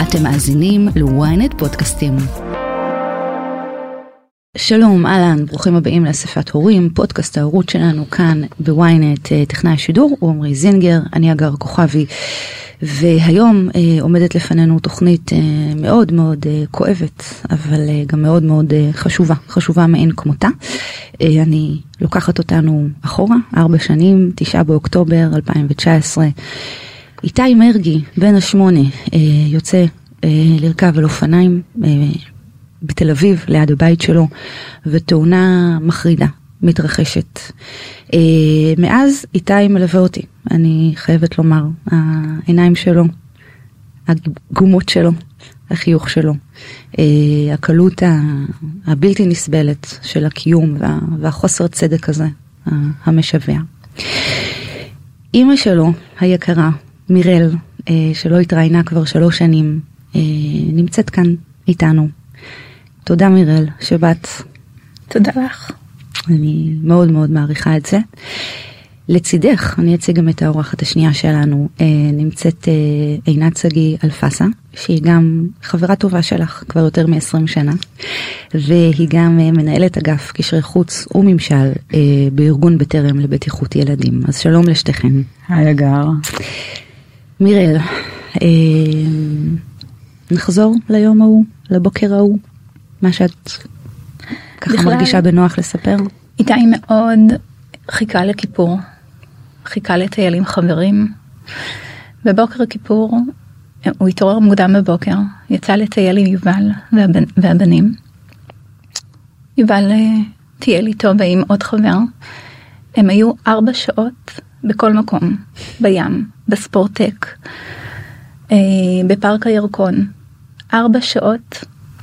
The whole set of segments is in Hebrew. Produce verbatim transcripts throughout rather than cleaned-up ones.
אתם מאזינים ל-ynet פודקאסטים. שלום, אהלן, ברוכים הבאים לאספת הורים, פודקאסט ההורות שלנו כאן ב-ynet, טכנאי השידור, הוא עמרי זינגר, אני אגר כוכבי, והיום אה, עומדת לפנינו תוכנית אה, מאוד מאוד אה, כואבת, אבל אה, גם מאוד מאוד אה, חשובה, חשובה מאין כמותה. אה, אני לוקחת אותנו אחורה, ארבע שנים, תשעה באוקטובר אלפיים תשע עשרה, איתי מרגי, בן השמונה, אה, יוצא אה, לרכב על אופניים, אה, בתל אביב, ליד הבית שלו, ותאונה מחרידה, מתרחשת. אה, מאז איתי מלווה אותי, אני חייבת לומר, העיניים שלו, הגומות שלו, החיוך שלו, אה, הקלות הבלתי נסבלת של הקיום, וה, והחוסר צדק הזה, המשווה. אמא שלו, היקרה, מירל, אה, שלא התראינה כבר שלוש שנים, אה, נמצאת כאן איתנו. תודה מירל שבאת. תודה לך. אני מאוד מאוד מעריכה את זה. לצידך, אני אציג גם את האורחת השנייה שלנו, אה, נמצאת אה, עינת סגי אלפסה, שהיא גם חברה טובה שלך כבר יותר מ-עשרים שנה, והיא גם אה, מנהלת אגף קשרי חוץ וממשל אה, בארגון בטרם לבטיחות ילדים. אז שלום לשתיכן. היי אגר. מירל, אה, נחזור ליום ההוא, לבוקר ההוא. מה שאת ככה בכלל, מרגישה בנוח לספר? איתי מאוד חיכה לכיפור, חיכה לטייל עם חברים. בבוקר הכיפור הוא התעורר מוקדם בבוקר, יצא לטייל עם יובל והבנ, והבנים. יובל טייל איתו ועם עוד חבר. הם היו ארבע שעות בכל מקום, בים, בספורטק, בפארק הירקון. ארבע שעות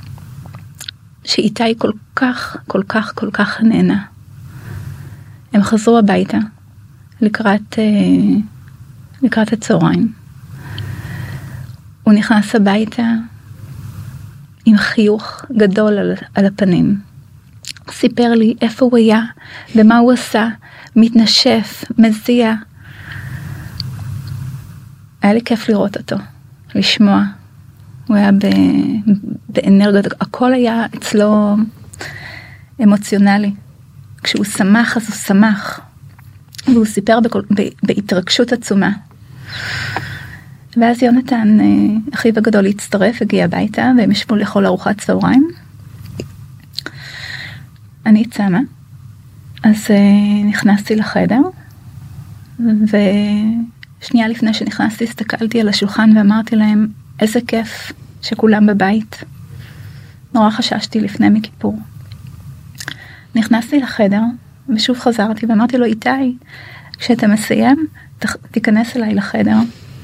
שאיתי כל כך, כל כך, כל כך נהנה. הם חזרו הביתה לקראת, לקראת הצהריים. הוא נכנס הביתה עם חיוך גדול על, על הפנים. סיפר לי איפה הוא היה ומה הוא עשה, מתנשף, מזיע. היה לי כיף לראות אותו, לשמוע. הוא היה באנרגיות, הכל היה אצלו אמוציונלי. כשהוא שמח, אז הוא שמח. והוא סיפר בכל, בהתרגשות עצומה. ואז יונתן, אחיו הגדול, הצטרף, הגיע הביתה, והם ישבו לאכול ארוחת צהריים. אני צמה. אז נכנסתי לחדר, ושנייה לפני שנכנסתי, הסתכלתי על השולחן ואמרתי להם, איזה כיף שכולם בבית. נורא חששתי לפני מכיפור. נכנסתי לחדר, ושוב חזרתי ואמרתי לו, איתי, כשאתה מסיים, תיכנס אליי לחדר.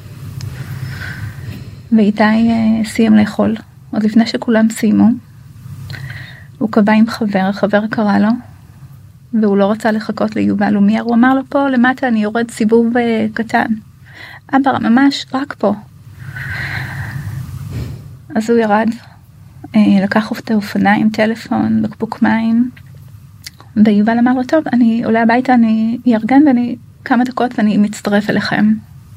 ואיתי אה, סיים לאכול. עוד לפני שכולם סיימו, הוא קבע עם חבר, חבר קרא לו, והוא לא רצה לחכות ליובל ומייר, הוא אמר לו, פה למטה אני יורד סיבוב אה, קטן. אבא, ממש רק פה. אז הוא ירד, לקח את האופניים, טלפון, בקבוק מים, ויובל אמר לו, טוב, אני עולה הביתה, אני ארגן ואני כמה דקות ואני מצטרף אליכם.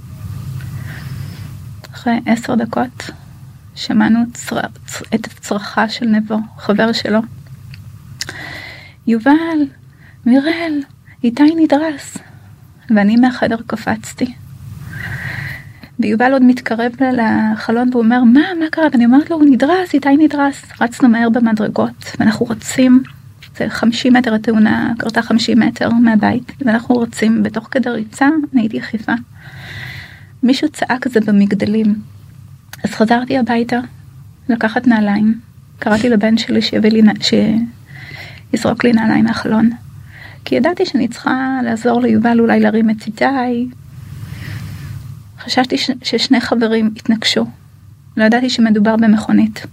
אחרי עשר דקות, שמענו צר... את הצרחה של נבו, חבר שלו. יובל, מירל, איתי נדרס. ואני מהחדר קפצתי. ויובל עוד מתקרב לחלון והוא אומר, מה, מה קרה? ואני אומרת לו, הוא נדרס, איתי נדרס. רצנו מהר במדרגות, ואנחנו רוצים, זה חמישים מטר, התאונה קרתה חמישים מטר מהבית, ואנחנו רוצים, בתוך כדי ריצה, אני הייתי יחיפה. מישהו צעק זה במגדלים. אז חזרתי הביתה, לקחת נעליים. קראתי לבן שלי שיביא לי, שיזרוק לי נעליים מהחלון. כי ידעתי שאני צריכה לעזור ליובל אולי להרים את איתי, חשבתי ש- ששני חברים התנגשו. לא ידעתי שמדובר במכונית.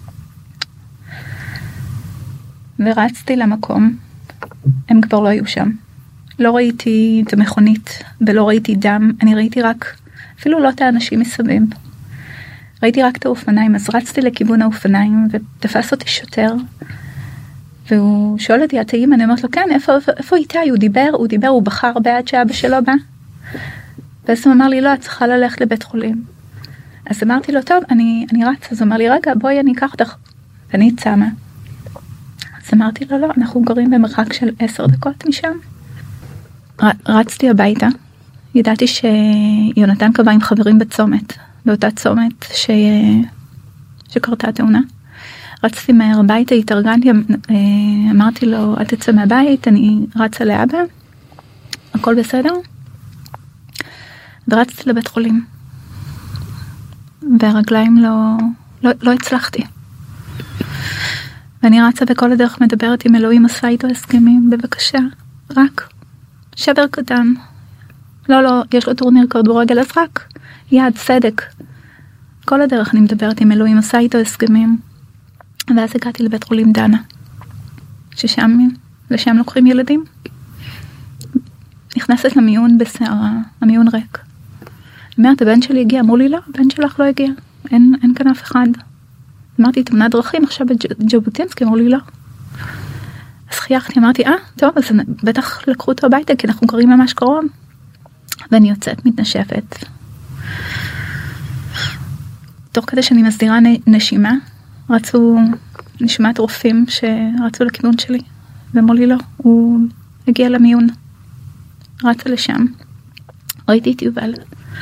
ורצתי למקום. הם כבר לא היו שם. לא ראיתי את המכונית ולא ראיתי דם. אני ראיתי רק, אפילו לא את האנשים מסביב. ראיתי רק את האופניים. אז רצתי לכיוון האופניים ותפס אותי שוטר. והוא שואל אותי, את האמא? אני אומרת לו, כן, איפה, איפה, איפה איתי? הוא דיבר, הוא דיבר, הוא בחר בעד שאבא שלו בא. ואז הוא אמר לי, לא, את צריכה ללכת לבית חולים. אז אמרתי לו, טוב, אני, אני רץ. אז הוא אמר לי, רגע, בואי אני אקח אותך. ואני צמה. אז אמרתי לו, לא, אנחנו גרים במרחק של עשר דקות משם. ר, רצתי הביתה. ידעתי שיונתן קבע עם חברים בצומת, באותה צומת ש... שקרתה תאונה. רצתי מהר הביתה, התארגנתי, אמרתי לו, אל תצא מהבית, אני רצה לאבא, הכל בסדר. ורצתי לבית חולים. והרגליים לא, לא, לא הצלחתי. ואני רצה בכל הדרך מדברת עם אלוהים, עשה איתו הסכמים, בבקשה, רק שבר קטן. לא, לא, יש לו טורניר כדורגל, אז רק יד, סדק. כל הדרך אני מדברת עם אלוהים, עשה איתו הסכמים. ואז הגעתי לבית חולים דנה, ששם, לשם לוקחים ילדים. נכנסת למיון בסערה, המיון ריק. אמרת, הבן שלי הגיע, אמרו לי לא, הבן שלך לא הגיע, אין, אין כאן אף אחד. אמרתי, תמונת דרכים, עכשיו בג'בוטינסקי, אמרו לי לא. אז חייכתי, אמרתי, אה, טוב, אז בטח לקחו אותו הביתה, כי אנחנו קוראים ממש קרוב. ואני יוצאת, מתנשפת. תוך כדי שאני מסדירה נשימה, רצו נשימת רופאים שרצו לכיוון שלי, ואמרו לי לא, הוא הגיע למיון. רצה לשם. ראיתי את יובל.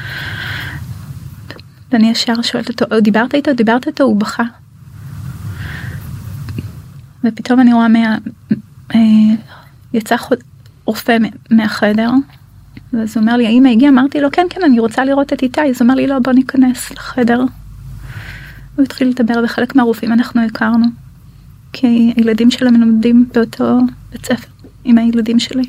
ואני ישר שואלת אותו, דיברת איתו? דיברת איתו? הוא בכה. ופתאום אני רואה מה... יצא רופא מהחדר, ואז הוא אומר לי, האמא הגיעה? אמרתי לו, כן, כן, אני רוצה לראות את איתי. אז הוא אומר לי, לא, בוא ניכנס לחדר. הוא התחיל לדבר, וחלק מהרופאים אנחנו הכרנו, כי הילדים שלהם לומדים באותו בית ספר עם הילדים שלי.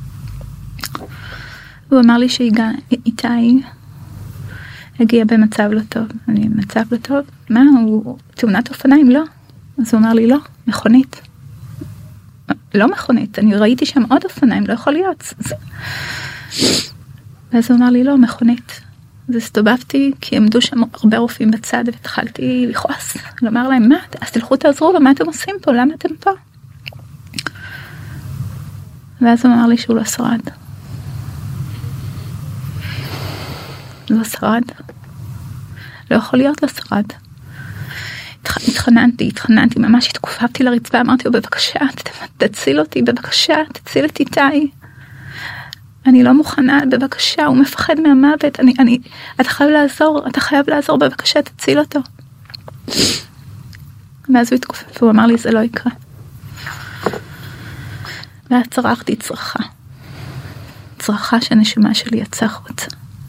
הוא אמר לי שאיתי הגיע במצב לא טוב. אני, מצב לא טוב? מה, הוא תאונת אופניים? לא. אז הוא אמר לי, לא, מכונית. לא מכונית, אני ראיתי שם עוד אופניים, לא יכול להיות. ואז הוא אמר לי, לא, מכונית. אז הסתובבתי, כי עמדו שם הרבה רופאים בצד, והתחלתי לכעוס, לומר להם, מה? אז תלכו תעזרו לו, מה אתם עושים פה? למה אתם פה? ואז הוא אמר לי שהוא לא שרד. לא שרד. לא יכול להיות לא שרד. התחננתי, התחננתי, ממש התכופפתי לרצפה, אמרתי לו, בבקשה, תציל אותי, בבקשה, תציל את איתי. אני לא מוכנה, בבקשה, הוא מפחד מהמוות, אני, אני, אתה חייב לעזור, אתה חייב לעזור, בבקשה, תציל אותו. ואז הוא התכופף, והוא אמר לי, זה לא יקרה. ואז צרחתי צרחה. צרחה שהנשימה שלי יצא חוצה.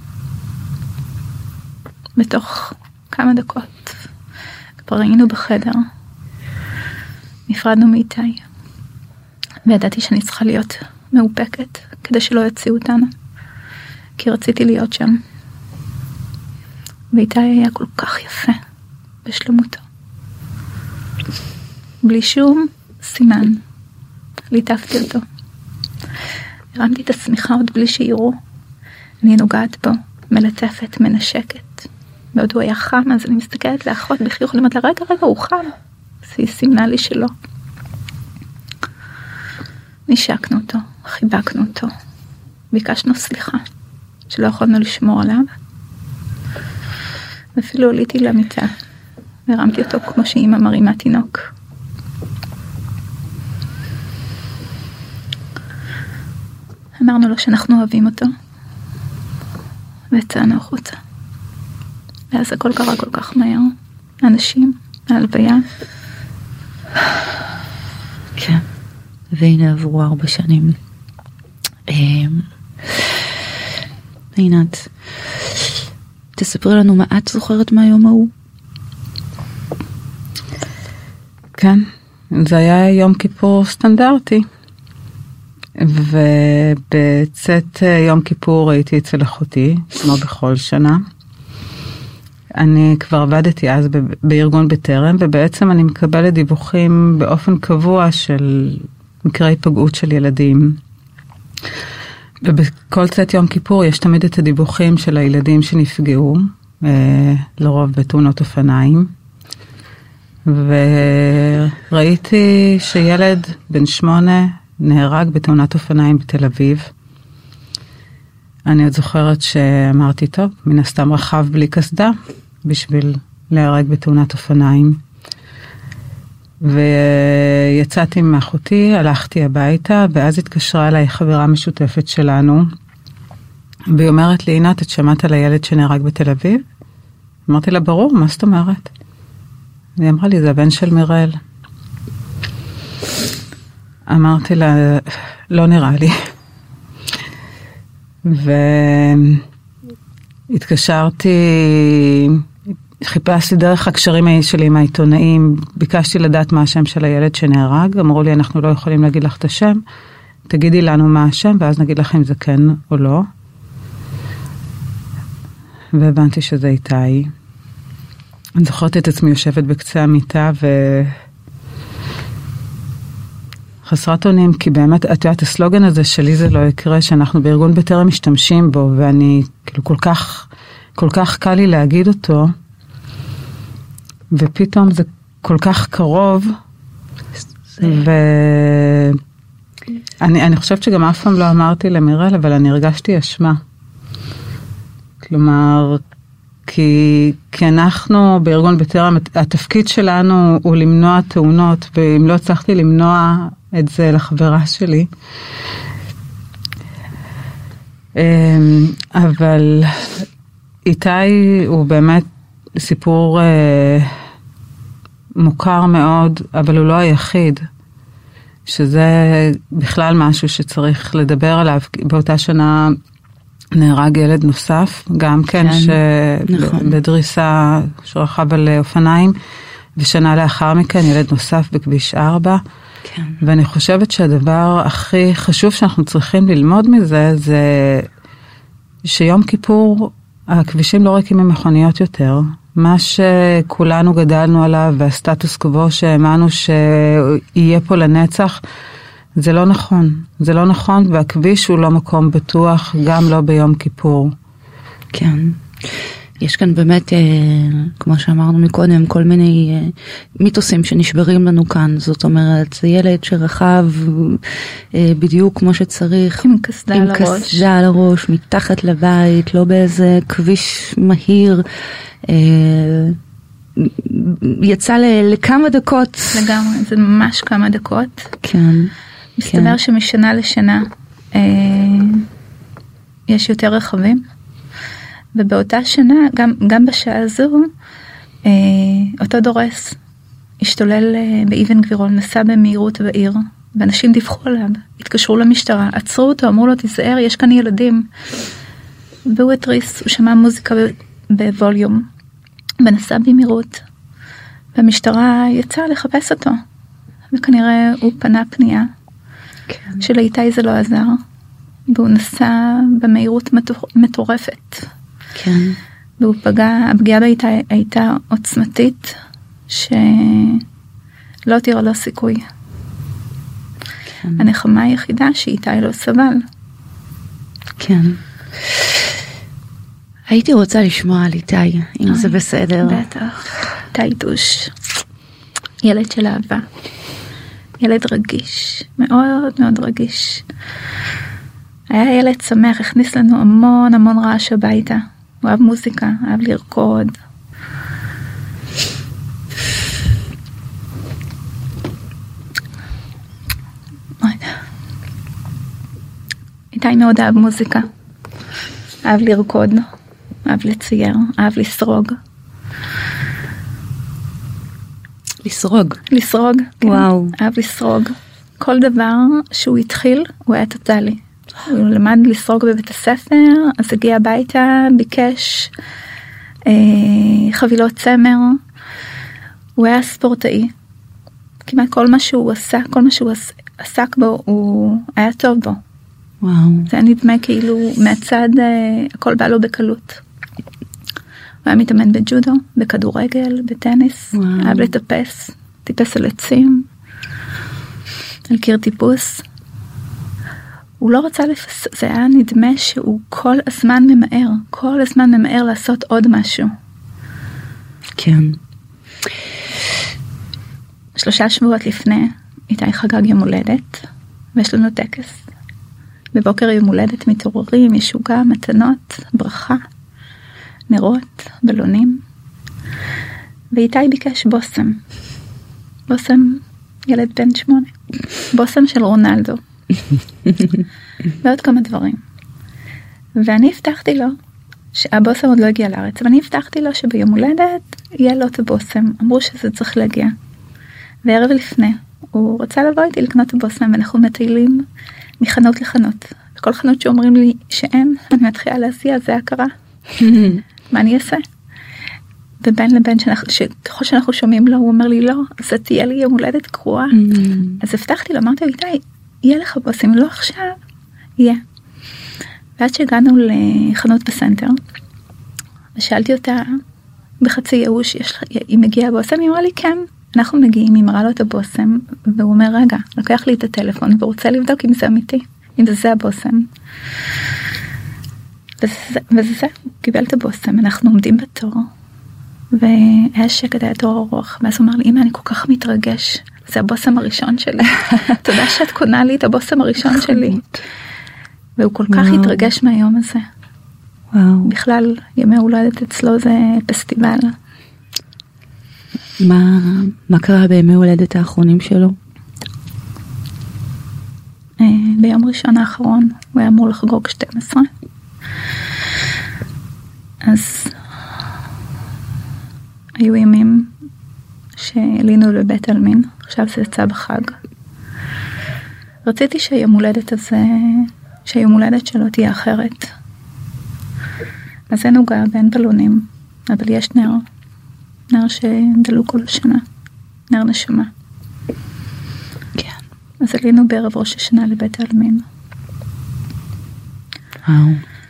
בתוך כמה דקות, כבר היינו בחדר, נפרדנו מאיתי, וידעתי שאני צריכה להיות מאופקת, כדי שלא יציעו אותנו, כי רציתי להיות שם. ואיתי היה כל כך יפה, בשלמותו. בלי שום סימן, ליטפתי אותו. הרמתי את השמיכה עוד בלי שיראו. אני נוגעת בו, מלטפת, מנשקת. ועוד הוא היה חם, אז אני מסתכלת לאחות בחיוך, אני אומרת לה, רגע, רגע, הוא חם. אז היא סימנה לי שלא. נשקנו אותו, חיבקנו אותו, ביקשנו סליחה, שלא יכולנו לשמור עליו. ואפילו עליתי למיטה, והרמתי אותו כמו שאמא מרימה תינוק. אמרנו לו שאנחנו אוהבים אותו, ויצאנו החוצה. ואז הכל קרה כל כך מהר. אנשים, ההלוויה. כן. והנה עברו ארבע שנים. עינת, תספרי לנו מה את זוכרת מהיום ההוא. כן, זה היה יום כיפור סטנדרטי. ובצאת יום כיפור הייתי אצל אחותי, כמו בכל שנה. אני כבר עבדתי אז בארגון בטרם, ובעצם אני מקבלת דיווחים באופן קבוע של מקרי פגעות של ילדים. ובכל צאת יום כיפור יש תמיד את הדיווחים של הילדים שנפגעו, לרוב בתאונות אופניים. וראיתי שילד בן שמונה נהרג בתאונת אופניים בתל אביב. אני עוד זוכרת שאמרתי, טוב, מן הסתם רכב בלי קסדה, בשביל להיהרג בתאונת אופניים. ויצאתי מאחותי, הלכתי הביתה, ואז התקשרה אליי חברה משותפת שלנו, והיא אומרת לי, עינת, את שמעת על הילד שנהרג בתל אביב? אמרתי לה, ברור, מה זאת אומרת? היא אמרה לי, זה הבן של מיראל. אמרתי לה, לא נראה לי. והתקשרתי, חיפשתי דרך הקשרים שלי עם העיתונאים, ביקשתי לדעת מה השם של הילד שנהרג, אמרו לי, אנחנו לא יכולים להגיד לך את השם, תגידי לנו מה השם, ואז נגיד לך אם זה כן או לא. והבנתי שזה איתי. אני זוכרת את עצמי יושבת בקצה המיטה ו... חסרת אונים, כי באמת, את יודעת, הסלוגן הזה שלי זה לא יקרה, שאנחנו בארגון בטרם משתמשים בו, ואני כאילו כל כך, כל כך קל לי להגיד אותו, ופתאום זה כל כך קרוב, ואני אני חושבת שגם אף פעם לא אמרתי למיראל, אבל אני הרגשתי אשמה. כלומר, כי, כי אנחנו בארגון בטרם, התפקיד שלנו הוא למנוע תאונות, ואם לא הצלחתי למנוע את זה לחברה שלי. אבל איתי הוא באמת סיפור מוכר מאוד, אבל הוא לא היחיד, שזה בכלל משהו שצריך לדבר עליו. באותה שנה נהרג ילד נוסף, גם כן, כן בדריסה שרכב על אופניים, ושנה לאחר מכן ילד נוסף בכביש ארבע, כן. ואני חושבת שהדבר הכי חשוב שאנחנו צריכים ללמוד מזה, זה שיום כיפור הכבישים לא ריקים ממכוניות יותר, מה שכולנו גדלנו עליו, והסטטוס קוו שהאמנו שיהיה פה לנצח, זה לא נכון, זה לא נכון, והכביש הוא לא מקום בטוח, גם לא ביום כיפור. כן, יש כאן באמת, כמו שאמרנו מקודם, כל מיני מיתוסים שנשברים לנו כאן, זאת אומרת, זה ילד שרכב בדיוק כמו שצריך, עם קסדה על הראש, עם קסדה על הראש, מתחת לבית, לא באיזה כביש מהיר, יצא לכמה דקות. לגמרי, זה ממש כמה דקות. כן. מסתבר כן. שמשנה לשנה אה, יש יותר רכבים, ובאותה שנה, גם, גם בשעה הזו, אה, אותו דורס השתולל אה, באבן גבירול, נסע במהירות בעיר, ואנשים דיווחו עליו, התקשרו למשטרה, עצרו אותו, אמרו לו, תיזהר, יש כאן ילדים. והוא התריס, הוא שמע מוזיקה בווליום, ונסע במהירות, והמשטרה יצאה לחפש אותו, וכנראה הוא פנה פנייה, כן. שלאיתי זה לא עזר, והוא נסע במהירות מטורפת. כן. והוא פגע, הפגיעה באיתי הייתה עוצמתית, שלא תראה לו סיכוי. כן. הנחמה היחידה שאיתי לא סבל. כן. הייתי רוצה לשמוע על איתי, אם זה בסדר. בטח. איתי דוש. ילד של אהבה. ילד רגיש, מאוד מאוד רגיש. היה ילד שמח, הכניס לנו המון המון רעש הביתה. הוא אהב מוזיקה, אהב לרקוד. איתי מאוד אהב מוזיקה. אהב לרקוד, אהב לצייר, אהב לסרוג. לסרוג. לסרוג, כן. וואו. אהב לסרוג. כל דבר שהוא התחיל, הוא היה טוטלי. הוא למד לסרוג בבית הספר, אז הגיע הביתה, ביקש אה, חבילות צמר. הוא היה ספורטאי. כמעט כל מה שהוא עשה, כל מה שהוא עסק בו, הוא היה טוב בו. וואו. זה היה נדמה כאילו מהצד, אה, הכל בא לו בקלות. הוא היה מתאמן בג'ודו, בכדורגל, בטניס, וואו. אהב לטפס, טיפס על עצים, על קיר טיפוס. הוא לא רצה לפס... זה היה נדמה שהוא כל הזמן ממהר, כל הזמן ממהר לעשות עוד משהו. כן. שלושה שבועות לפני, איתי חגג יום הולדת, ויש לנו טקס. בבוקר יום הולדת מתעוררים, יש עוגה, מתנות, ברכה, נרות, בלונים. ואיתי ביקש בוסם. בוסם, ילד בן שמונה. בוסם של רונלדו. ועוד כמה דברים. ואני הבטחתי לו, שהבוסם עוד לא הגיע לארץ, ואני הבטחתי לו שביום הולדת יהיה לו את הבוסם. אמרו שזה צריך להגיע. וערב לפני, הוא רצה לבוא איתי לקנות את הבוסם, ואנחנו מטיילים מחנות לחנות. כל חנות שאומרים לי שאין, אני מתחילה להסיע, זה הכרה. מה אני אעשה? ובין לבין, ככל שאנחנו שומעים לו, הוא אומר לי, לא, אז תהיה לי יום הולדת קרואה. אז הבטחתי לו, אמרתי, איתי, יהיה לך בוסם, לא עכשיו, יהיה. ועד שהגענו לחנות בסנטר, ושאלתי אותה בחצי ייאוש, היא מגיעה בוסם, היא אמרה לי, כן, אנחנו מגיעים, היא מראה לו את הבוסם, והוא אומר, רגע, לקח לי את הטלפון, ורוצה לבדוק אם זה אמיתי, אם זה זה הבוסם. וזה, וזה זה, הוא קיבל את הבוסם, אנחנו עומדים בתור, והיה שקט, היה תור ארוך, ואז הוא אמר לי, אמא, אני כל כך מתרגש, זה הבוסם הראשון שלי, תודה שאת קונה לי את הבוסם הראשון שלי. והוא כל כך התרגש מהיום הזה. וואו. בכלל, ימי הולדת אצלו זה פסטיבל. מה, מה קרה בימי הולדת האחרונים שלו? ביום ראשון האחרון, הוא היה אמור לחגוג שתים עשרה. אז היו ימים שעלינו לבית אלמין, עכשיו זה יצא בחג. רציתי שהיום הולדת הזה, שהיום הולדת שלו תהיה אחרת. אז אין נוגע בין בלונים, אבל יש נר, נר שדלו כל השנה, נר נשמה. כן. אז עלינו בערב ראש השנה לבית העלמין. וואו.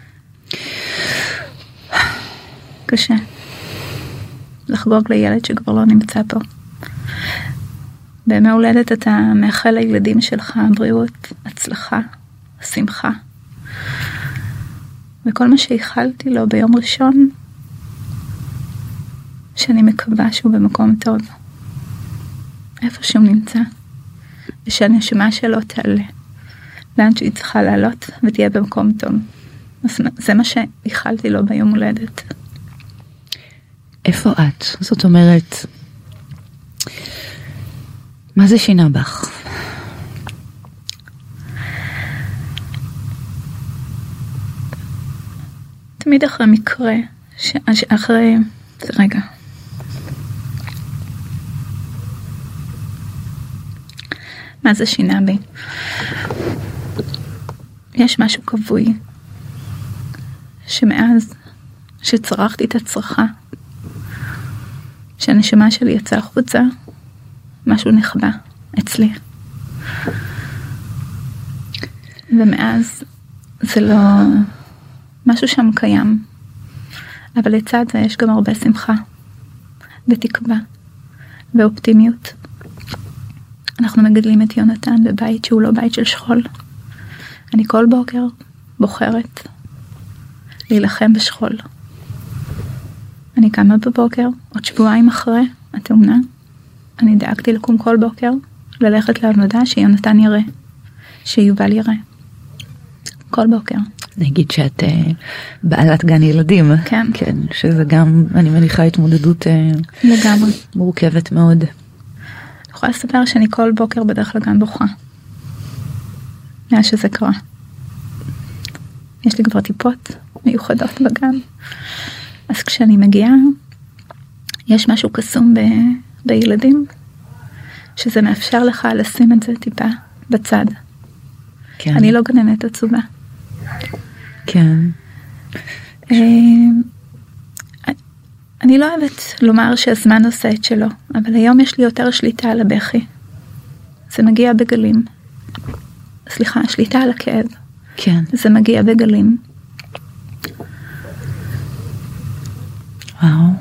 קשה. לחגוג לילד שכבר לא נמצא פה. בימי הולדת אתה מאחל לילדים שלך בריאות, הצלחה, שמחה. וכל מה שהיחלתי לו ביום ראשון, שאני מקווה שהוא במקום טוב. איפה שהוא נמצא. ושהנשמה שלו תעלה. לאן שהיא צריכה לעלות ותהיה במקום טוב. זה מה שהיחלתי לו ביום הולדת. איפה את? זאת אומרת, מה זה שינה בך? תמיד אחרי מקרה, ש... אחרי... רגע. מה זה שינה בי? יש משהו קבוי, שמאז שצרכתי את הצרכה, שהנשמה שלי יצאה החוצה, משהו נחבא אצלי. ומאז זה לא... משהו שם קיים. אבל לצד זה יש גם הרבה שמחה. ותקווה. ואופטימיות. אנחנו מגדלים את יונתן בבית שהוא לא בית של שכול. אני כל בוקר בוחרת להילחם בשכול. אני קמה בבוקר, עוד שבועיים אחרי התאונה, אני דאגתי לקום כל בוקר, ללכת לעבודה שיונתן יראה, שיובל יראה. כל בוקר. נגיד שאת uh, בעלת גן ילדים. כן. כן, שזה גם, אני מניחה, התמודדות uh, לגמרי. מורכבת מאוד. אני יכולה לספר שאני כל בוקר בדרך לגן בוכה. מאז שזה קרה. יש לי כבר טיפות מיוחדות בגן. אז כשאני מגיעה, יש משהו קסום ב, בילדים, שזה מאפשר לך לשים את זה טיפה בצד. כן. אני לא גננת עצובה. כן. אני לא אוהבת לומר שהזמן עושה את שלו, אבל היום יש לי יותר שליטה על הבכי. זה מגיע בגלים. סליחה, שליטה על הכאב. כן. זה מגיע בגלים. וואו.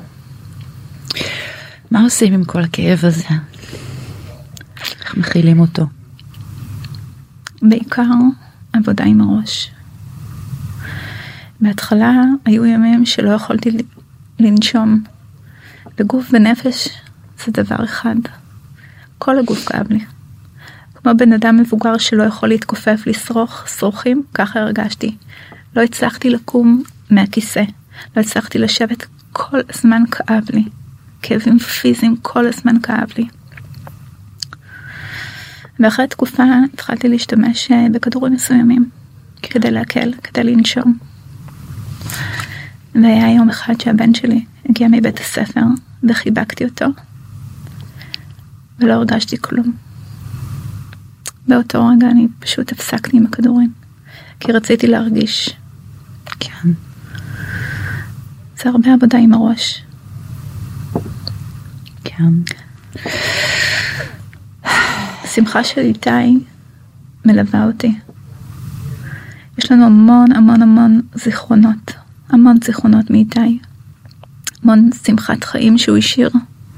מה עושים עם כל הכאב הזה? איך מכילים אותו? בעיקר עבודה עם הראש. בהתחלה היו ימים שלא יכולתי לנשום. בגוף ונפש זה דבר אחד. כל הגוף כאב לי. כמו בן אדם מבוגר שלא יכול להתכופף, לשרוך, שרוכים, ככה הרגשתי. לא הצלחתי לקום מהכיסא. לא הצלחתי לשבת, כל הזמן כאב לי. כאבים פיזיים, כל הזמן כאב לי. ואחרי תקופה התחלתי להשתמש בכדורים מסוימים, כדי להקל, כדי לנשום. והיה יום אחד שהבן שלי הגיע מבית הספר, וחיבקתי אותו, ולא הרגשתי כלום. באותו רגע אני פשוט הפסקתי עם הכדורים, כי רציתי להרגיש. כן. זה הרבה עבודה עם הראש. כן. השמחה של איתי מלווה אותי. יש לנו המון המון המון זיכרונות, המון זיכרונות מאיתי. המון שמחת חיים שהוא השאיר.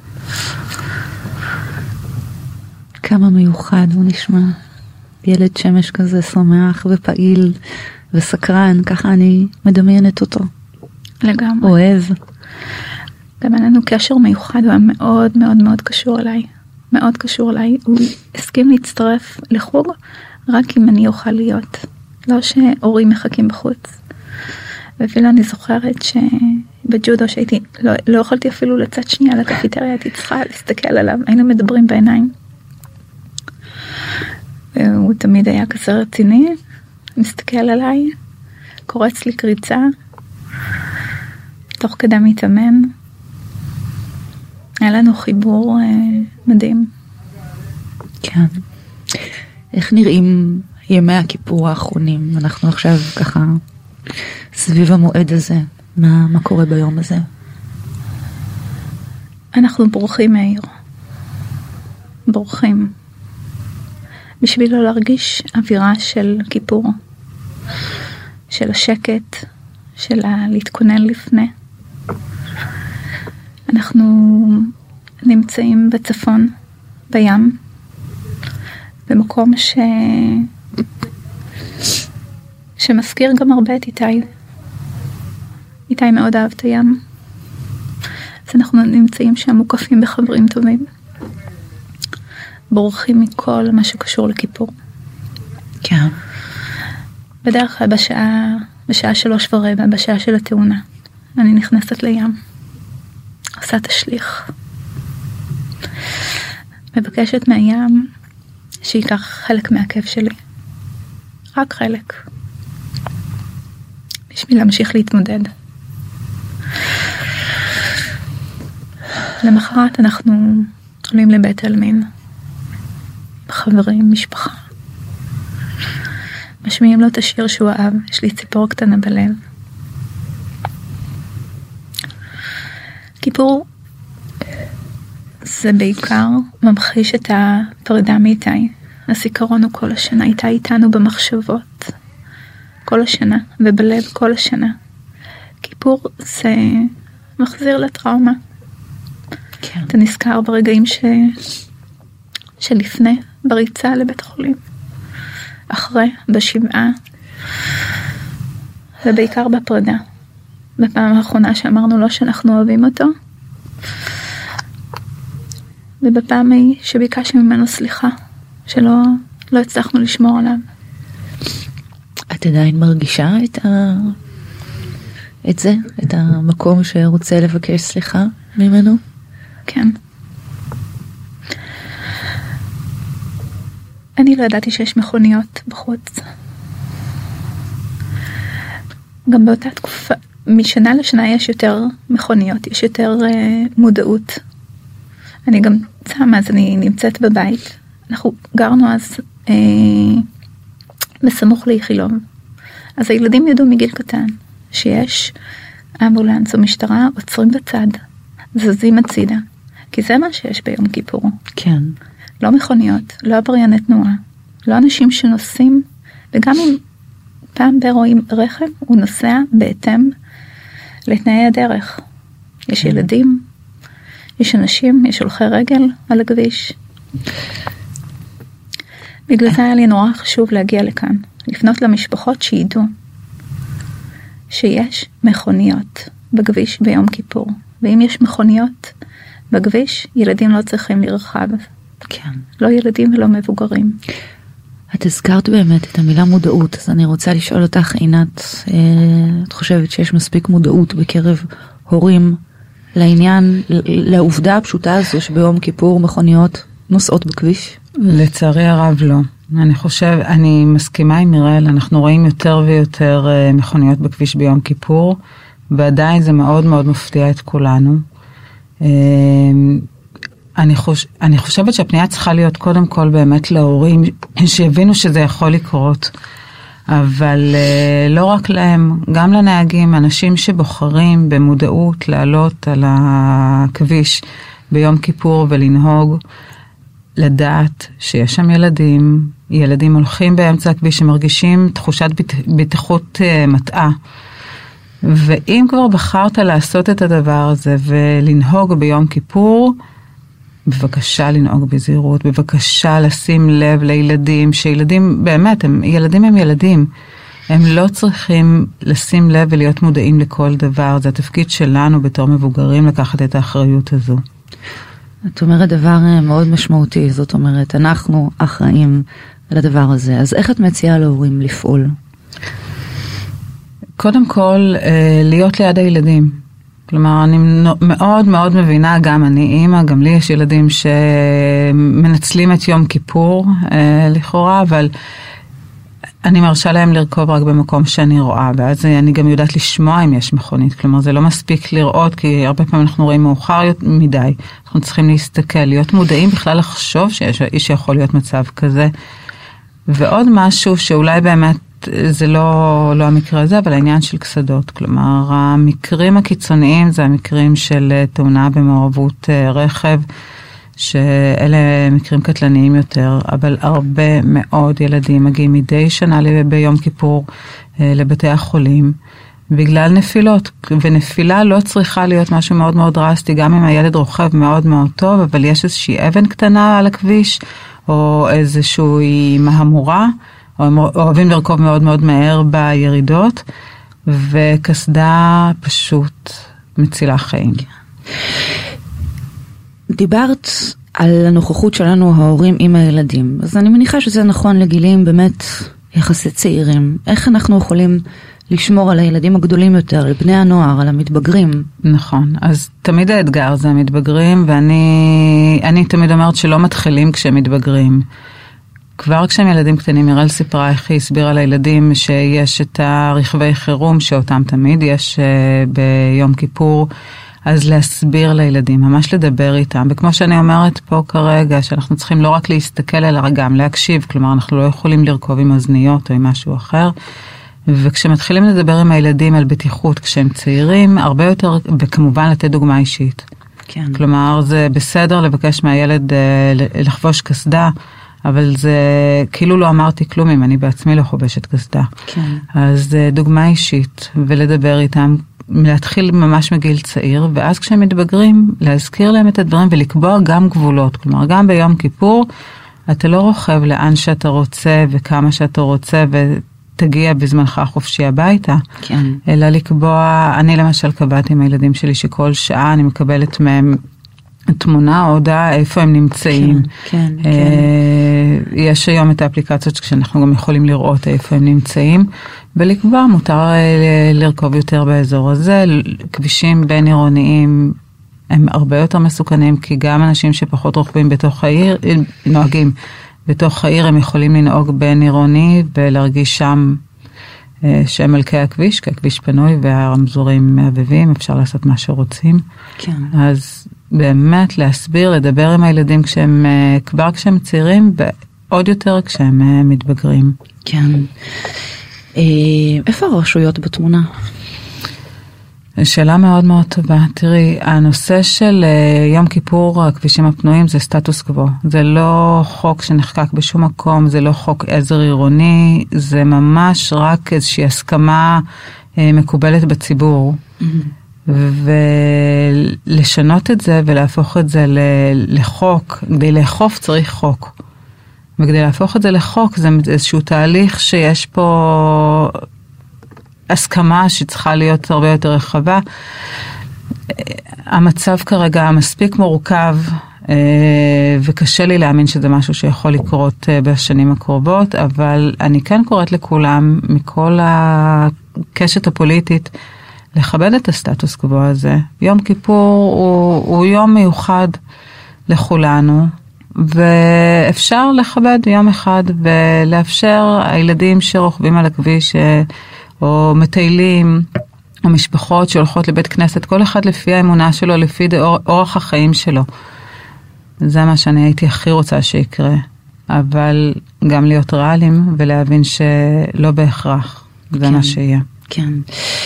כמה מיוחד הוא נשמע. ילד שמש כזה שמח ופעיל וסקרן, ככה אני מדמיינת אותו. לגמרי. אוהב. גם היה לנו קשר מיוחד, הוא היה מאוד מאוד מאוד קשור אליי. מאוד קשור אליי. הוא הסכים להצטרף לחוג רק אם אני אוכל להיות. לא שהורים מחכים בחוץ. ואפילו אני זוכרת שבג'ודו שהייתי, לא, לא יכולתי אפילו לצאת שנייה לקפיטריה, הייתי צריכה להסתכל עליו. היינו מדברים בעיניים. והוא תמיד היה כזה רציני, מסתכל עליי, קורץ לי קריצה, תוך כדי מתאמן. היה לנו חיבור אה, מדהים. כן. איך נראים ימי הכיפור האחרונים? אנחנו עכשיו ככה סביב המועד הזה. מה, מה קורה ביום הזה? אנחנו בורחים מהעיר. בורחים. בשביל לא להרגיש אווירה של כיפור. של השקט, של להתכונן לפני. אנחנו נמצאים בצפון, בים, במקום ש... שמזכיר גם הרבה את איתי. איתי מאוד אהב את הים. אז אנחנו נמצאים שם מוקפים בחברים טובים. בורחים מכל מה שקשור לכיפור. כן. בדרך כלל בשעה, בשעה שלוש ורבע, בשעה של התאונה, אני נכנסת לים. עושה תשליך. מבקשת מהים שיקח חלק מהכיף שלי. רק חלק. בשביל להמשיך להתמודד. למחרת אנחנו עולים לבית אלמין. חברים, משפחה. משמיעים לו את השיר שהוא אהב. יש לי ציפור קטנה בלב. כיפור זה בעיקר ממחיש את הפרידה מאיתי. הזיכרון הוא כל השנה. איתי איתנו במחשבות כל השנה ובלב כל השנה. כיפור זה מחזיר לטראומה. כן. אתה נזכר ברגעים ש... שלפני, בריצה לבית החולים. אחרי, בשבעה. ובעיקר בפרידה. בפעם האחרונה שאמרנו לו שאנחנו אוהבים אותו. ובפעם היא שביקשנו ממנו סליחה. שלא לא הצלחנו לשמור עליו. את עדיין מרגישה את, ה... את זה? את המקום שרוצה לבקש סליחה ממנו? כן. אני לא ידעתי שיש מכוניות בחוץ. גם באותה תקופה, משנה לשנה יש יותר מכוניות, יש יותר uh, מודעות. אני גם צמה, אז אני נמצאת בבית. אנחנו גרנו אז uh, בסמוך ליחילוב. אז הילדים ידעו מגיל קטן שיש אמבולנס או משטרה, עוצרים בצד, זזים הצידה. כי זה מה שיש ביום כיפור. כן. לא מכוניות, לא עברייני תנועה, לא אנשים שנוסעים, וגם אם פעם ברואים רכב, הוא נוסע בהתאם לתנאי הדרך. יש ילדים, יש אנשים, יש הולכי רגל על הכביש. בגלל זה היה לי נורא חשוב להגיע לכאן, לפנות למשפחות שידעו שיש מכוניות בכביש ביום כיפור. ואם יש מכוניות בכביש, ילדים לא צריכים לרחב. כן. לא ילדים ולא מבוגרים. את הזכרת באמת את המילה מודעות, אז אני רוצה לשאול אותך, עינת, את חושבת שיש מספיק מודעות בקרב הורים לעניין, לעובדה הפשוטה הזו שביום כיפור מכוניות נוסעות בכביש? לצערי הרב לא. אני חושב, אני מסכימה עם מיראל, אנחנו רואים יותר ויותר מכוניות בכביש ביום כיפור, ועדיין זה מאוד מאוד מפתיע את כולנו. אני, חוש, אני חושבת שהפנייה צריכה להיות קודם כל באמת להורים שהבינו שזה יכול לקרות, אבל לא רק להם, גם לנהגים, אנשים שבוחרים במודעות לעלות על הכביש ביום כיפור ולנהוג, לדעת שיש שם ילדים, ילדים הולכים באמצע הכביש שמרגישים תחושת בטיחות מטעה. ואם כבר בחרת לעשות את הדבר הזה ולנהוג ביום כיפור, בבקשה לנהוג בזהירות, בבקשה לשים לב לילדים, שילדים באמת, הם, ילדים הם ילדים, הם לא צריכים לשים לב ולהיות מודעים לכל דבר, זה התפקיד שלנו בתור מבוגרים לקחת את האחריות הזו. את אומרת דבר מאוד משמעותי, זאת אומרת, אנחנו אחראים לדבר הזה, אז איך את מציעה להורים לפעול? קודם כל, להיות ליד הילדים. כלומר, אני מאוד מאוד מבינה, גם אני אימא, גם לי יש ילדים שמנצלים את יום כיפור לכאורה, אבל אני מרשה להם לרכוב רק במקום שאני רואה, ואז אני גם יודעת לשמוע אם יש מכונית. כלומר, זה לא מספיק לראות, כי הרבה פעמים אנחנו רואים מאוחר מדי. אנחנו צריכים להסתכל, להיות מודעים בכלל לחשוב שיש יכול להיות מצב כזה. ועוד משהו שאולי באמת זה לא, לא המקרה הזה, אבל העניין של כסדות. כלומר, המקרים הקיצוניים זה המקרים של תאונה במעורבות רכב, שאלה מקרים קטלניים יותר, אבל הרבה מאוד ילדים מגיעים מדי שנה ביום כיפור לבתי החולים, בגלל נפילות, ונפילה לא צריכה להיות משהו מאוד מאוד דרסטי, גם אם הילד רוכב מאוד מאוד טוב, אבל יש איזושהי אבן קטנה על הכביש, או איזושהי מהמורה, או הם אוהבים לרכוב מאוד מאוד מהר בירידות, וכסדה פשוט מצילה חיים. דיברת על הנוכחות שלנו ההורים עם הילדים, אז אני מניחה שזה נכון לגילים באמת יחסית צעירים. איך אנחנו יכולים לשמור על הילדים הגדולים יותר, על בני הנוער, על המתבגרים? נכון, אז תמיד האתגר זה המתבגרים, ואני אני תמיד אומרת שלא מתחילים כשהם מתבגרים. כבר כשהם ילדים קטנים, מיראל סיפרה איך היא הסבירה לילדים שיש את הרכבי חירום שאותם תמיד יש ביום כיפור, אז להסביר לילדים, ממש לדבר איתם, וכמו שאני אומרת פה כרגע, שאנחנו צריכים לא רק להסתכל אלא גם להקשיב, כלומר אנחנו לא יכולים לרכוב עם אוזניות או עם משהו אחר, וכשמתחילים לדבר עם הילדים על בטיחות כשהם צעירים, הרבה יותר, וכמובן לתת דוגמה אישית. כן. כלומר זה בסדר לבקש מהילד לחבוש קסדה, אבל זה כאילו לא אמרתי כלום אם אני בעצמי לא חובשת קסדה. כן. אז דוגמה אישית ולדבר איתם, להתחיל ממש מגיל צעיר, ואז כשהם מתבגרים, להזכיר להם את הדברים ולקבוע גם גבולות. כלומר, גם ביום כיפור, אתה לא רוכב לאן שאתה רוצה וכמה שאתה רוצה ותגיע בזמנך חופשי הביתה. כן. אלא לקבוע, אני למשל קבעתי עם הילדים שלי שכל שעה אני מקבלת מהם תמונה או הודעה איפה הם נמצאים. כן, כן, כן. יש היום את האפליקציות כשאנחנו גם יכולים לראות איפה הם נמצאים, ולקבוע מותר לרכוב יותר באזור הזה. כבישים בין עירוניים הם הרבה יותר מסוכנים, כי גם אנשים שפחות רוכבים בתוך העיר, נוהגים בתוך העיר, הם יכולים לנהוג בין עירוני ולהרגיש שם שהם מלכי הכביש, כי הכביש פנוי והרמזורים מהבהבים, אפשר לעשות מה שרוצים. כן. אז באמת להסביר, לדבר עם הילדים כשהם, כבר כשהם צעירים, ועוד יותר כשהם מתבגרים. כן. איפה הרשויות בתמונה? שאלה מאוד מאוד טובה. תראי, הנושא של יום כיפור, הכבישים הפנויים, זה סטטוס קוו. זה לא חוק שנחקק בשום מקום, זה לא חוק עזר עירוני, זה ממש רק איזושהי הסכמה מקובלת בציבור. ולשנות את זה ולהפוך את זה לחוק, כדי לאכוף צריך חוק. וכדי להפוך את זה לחוק, זה איזשהו תהליך שיש פה הסכמה שצריכה להיות הרבה יותר רחבה. המצב כרגע מספיק מורכב, וקשה לי להאמין שזה משהו שיכול לקרות בשנים הקרובות, אבל אני כן קוראת לכולם, מכל הקשת הפוליטית, לכבד את הסטטוס קוו הזה. יום כיפור הוא, הוא יום מיוחד לכולנו, ואפשר לכבד יום אחד ולאפשר הילדים שרוכבים על הכביש או מטיילים או משפחות שהולכות לבית כנסת, כל אחד לפי האמונה שלו, לפי אורח החיים שלו. זה מה שאני הייתי הכי רוצה שיקרה, אבל גם להיות ריאליים ולהבין שלא בהכרח, זה כן. מה שיהיה. כן.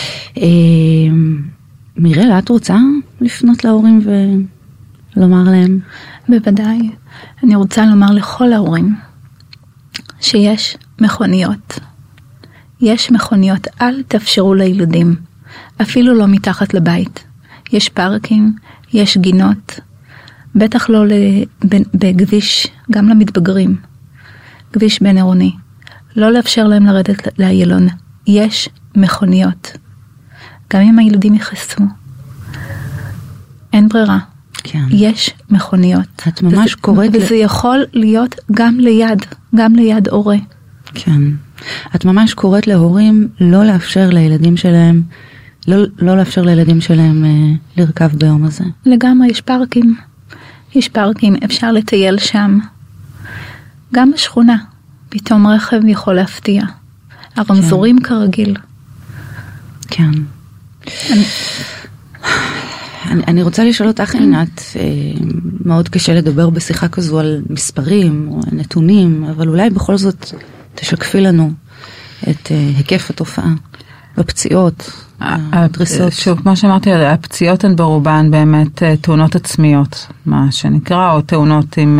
מיראל, את רוצה לפנות להורים ולומר להם? בוודאי. אני רוצה לומר לכל ההורים שיש מכוניות. יש מכוניות, אל תאפשרו לילדים, אפילו לא מתחת לבית. יש פארקים, יש גינות, בטח לא בכביש, גם למתבגרים, כביש בין עירוני. לא לאפשר להם לרדת לאיילון. יש מכוניות. גם אם הילדים יכעסו, אין ברירה. כן. יש מכוניות. את ממש וזה, קוראת... וזה ל... יכול להיות גם ליד, גם ליד הורה. כן. את ממש קוראת להורים לא לאפשר לילדים שלהם, לא, לא לאפשר לילדים שלהם אה, לרכב ביום הזה. לגמרי, יש פארקים. יש פארקים, אפשר לטייל שם. גם בשכונה. פתאום רכב יכול להפתיע. הרמזורים כן. כרגיל. כן. אני... אני, אני רוצה לשאול אותך, עינת, מאוד קשה לדבר בשיחה כזו על מספרים או נתונים, אבל אולי בכל זאת תשקפי לנו את היקף התופעה, הפציעות, הדריסות. שוב, כמו שאמרתי, הפציעות הן ברובן באמת תאונות עצמיות, מה שנקרא, או תאונות עם...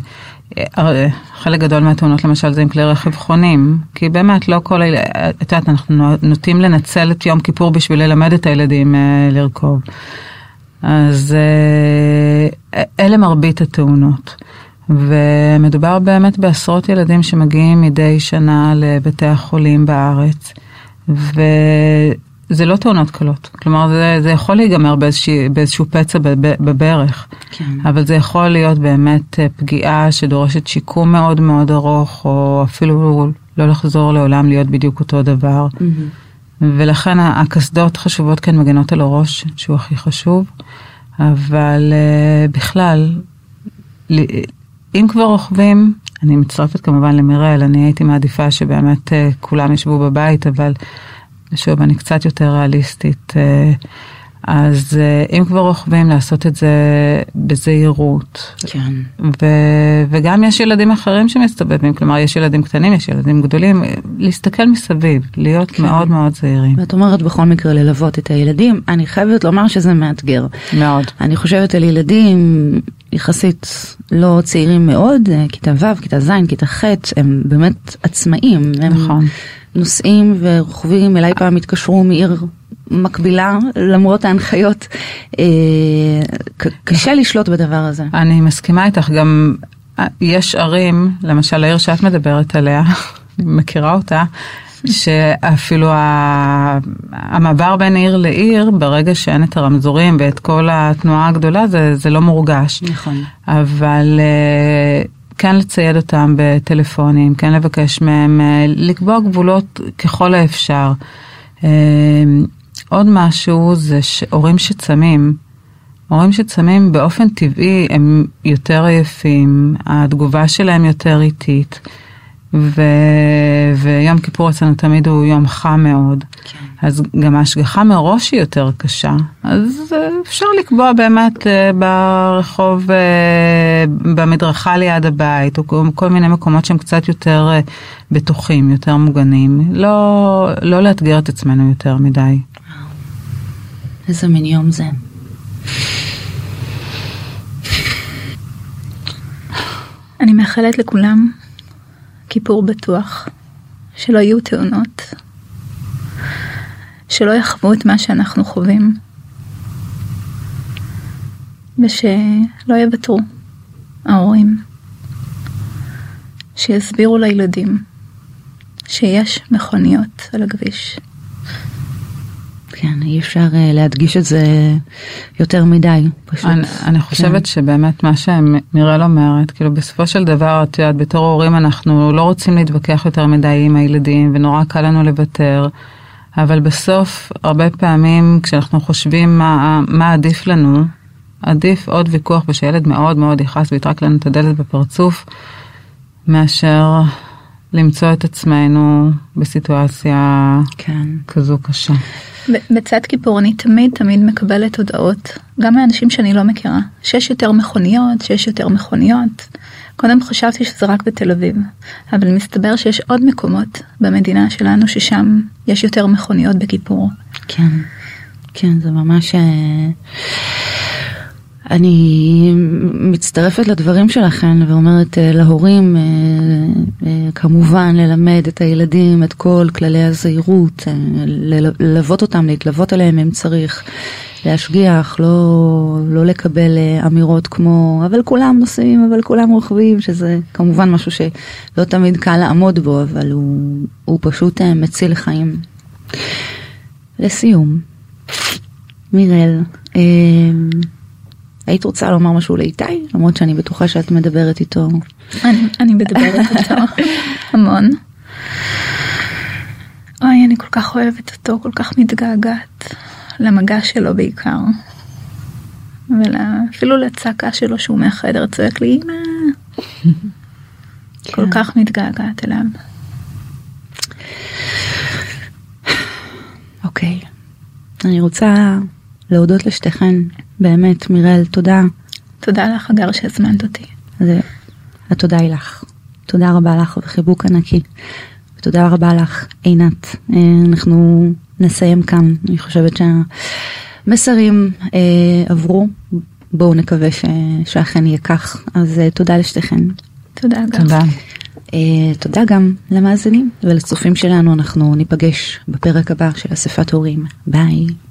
חלק גדול מהתאונות למשל זה עם כלי רכב חונים, כי באמת לא כל... את יודעת, אנחנו נוטים לנצל את יום כיפור בשביל ללמד את הילדים לרכוב. אז אלה מרבית התאונות. ומדובר באמת בעשרות ילדים שמגיעים מדי שנה לבתי החולים בארץ. וזה לא תאונות קלות. כלומר, זה, זה יכול להיגמר באיזשהו, באיזשהו פצע בברך. כן. אבל זה יכול להיות באמת פגיעה שדורשת שיקום מאוד מאוד ארוך, או אפילו לא לחזור לעולם להיות בדיוק אותו דבר. Mm-hmm. ולכן הקסדות חשובות כאן מגנות על הראש, שהוא הכי חשוב. אבל uh, בכלל, אם כבר רוכבים, אני מצטרפת כמובן למיראל, אני הייתי מעדיפה שבאמת uh, כולם ישבו בבית, אבל שוב, אני קצת יותר ריאליסטית. Uh, אז uh, אם כבר רוכבים, לעשות את זה בזהירות. כן. ו- וגם יש ילדים אחרים שמסתובבים, כלומר, יש ילדים קטנים, יש ילדים גדולים, להסתכל מסביב, להיות כן. מאוד מאוד זהירים. ואת אומרת בכל מקרה ללוות את הילדים, אני חייבת לומר שזה מאתגר. מאוד. אני חושבת על ילדים יחסית לא צעירים מאוד, כיתה ו', כיתה ז', כיתה ח', הם באמת עצמאים. הם נכון. נוסעים ורוכבים, אליי פעם התקשרו מעיר מקבילה, למרות ההנחיות. קשה לשלוט בדבר הזה. אני מסכימה איתך, גם יש ערים, למשל העיר שאת מדברת עליה, אני מכירה אותה, שאפילו המעבר בין עיר לעיר, ברגע שאין את הרמזורים ואת כל התנועה הגדולה, זה, זה לא מורגש. נכון. אבל כן לצייד אותם בטלפונים, כן לבקש מהם לקבוע גבולות ככל האפשר. עוד משהו זה שהורים שצמים, הורים שצמים באופן טבעי הם יותר עייפים, התגובה שלהם יותר איטית, ו... ויום כיפור אצלנו תמיד הוא יום חם מאוד, כן. אז גם ההשגחה מראש היא יותר קשה, אז אפשר לקבוע באמת ברחוב, במדרכה ליד הבית, או כל מיני מקומות שהם קצת יותר בטוחים, יותר מוגנים, לא, לא לאתגר את עצמנו יותר מדי. איזה מין יום זה. אני מאחלת לכולם כיפור בטוח, שלא יהיו תאונות, שלא יחוו את מה שאנחנו חווים, ושלא יוותרו ההורים, שיסבירו לילדים שיש מכוניות על הכביש. כן, אי אפשר להדגיש את זה יותר מדי, פשוט. אני, אני חושבת כן. שבאמת מה שמיראל אומרת, כאילו בסופו של דבר, את יודעת, בתור הורים אנחנו לא רוצים להתווכח יותר מדי עם הילדים, ונורא קל לנו לוותר, אבל בסוף, הרבה פעמים כשאנחנו חושבים מה, מה עדיף לנו, עדיף עוד ויכוח בשילד מאוד מאוד יכעס ויתרק לנו את הדלת בפרצוף, מאשר למצוא את עצמנו בסיטואציה כן. כזו קשה. בצד כיפור אני תמיד תמיד מקבלת הודעות, גם מאנשים שאני לא מכירה, שיש יותר מכוניות, שיש יותר מכוניות. קודם חשבתי שזה רק בתל אביב, אבל מסתבר שיש עוד מקומות במדינה שלנו ששם יש יותר מכוניות בכיפור. כן, כן, זה ממש... אני מצטרפת לדברים שלכם ואומרת להורים כמובן ללמד את הילדים את כל כללי הזהירות, ללוות אותם, להתלוות עליהם אם צריך, להשגיח, לא, לא לקבל אמירות כמו אבל כולם נוסעים, אבל כולם רוכבים, שזה כמובן משהו שלא תמיד קל לעמוד בו, אבל הוא, הוא פשוט מציל חיים. לסיום, מיראל, היית רוצה לומר משהו לאיתי? למרות שאני בטוחה שאת מדברת איתו. אני, אני מדברת איתו המון. אוי, אני כל כך אוהבת אותו, כל כך מתגעגעת למגע שלו בעיקר. ואפילו לצעקה שלו שהוא מהחדר צועק לי, אמא. כל כך מתגעגעת אליו. אוקיי. אני רוצה להודות לשתיכן. באמת, מיראל, תודה. תודה לך, אגר, שהזמנת אותי. זה, התודה היא לך. תודה רבה לך וחיבוק ענקי. ותודה רבה לך, עינת. אנחנו נסיים כאן. אני חושבת שהמסרים אה, עברו. בואו נקווה ש... שאכן יהיה כך. אז אה, תודה לשתיכן. תודה, אגר. תודה. אה, תודה גם למאזינים ולצופים שלנו. אנחנו ניפגש בפרק הבא של אספת הורים. ביי.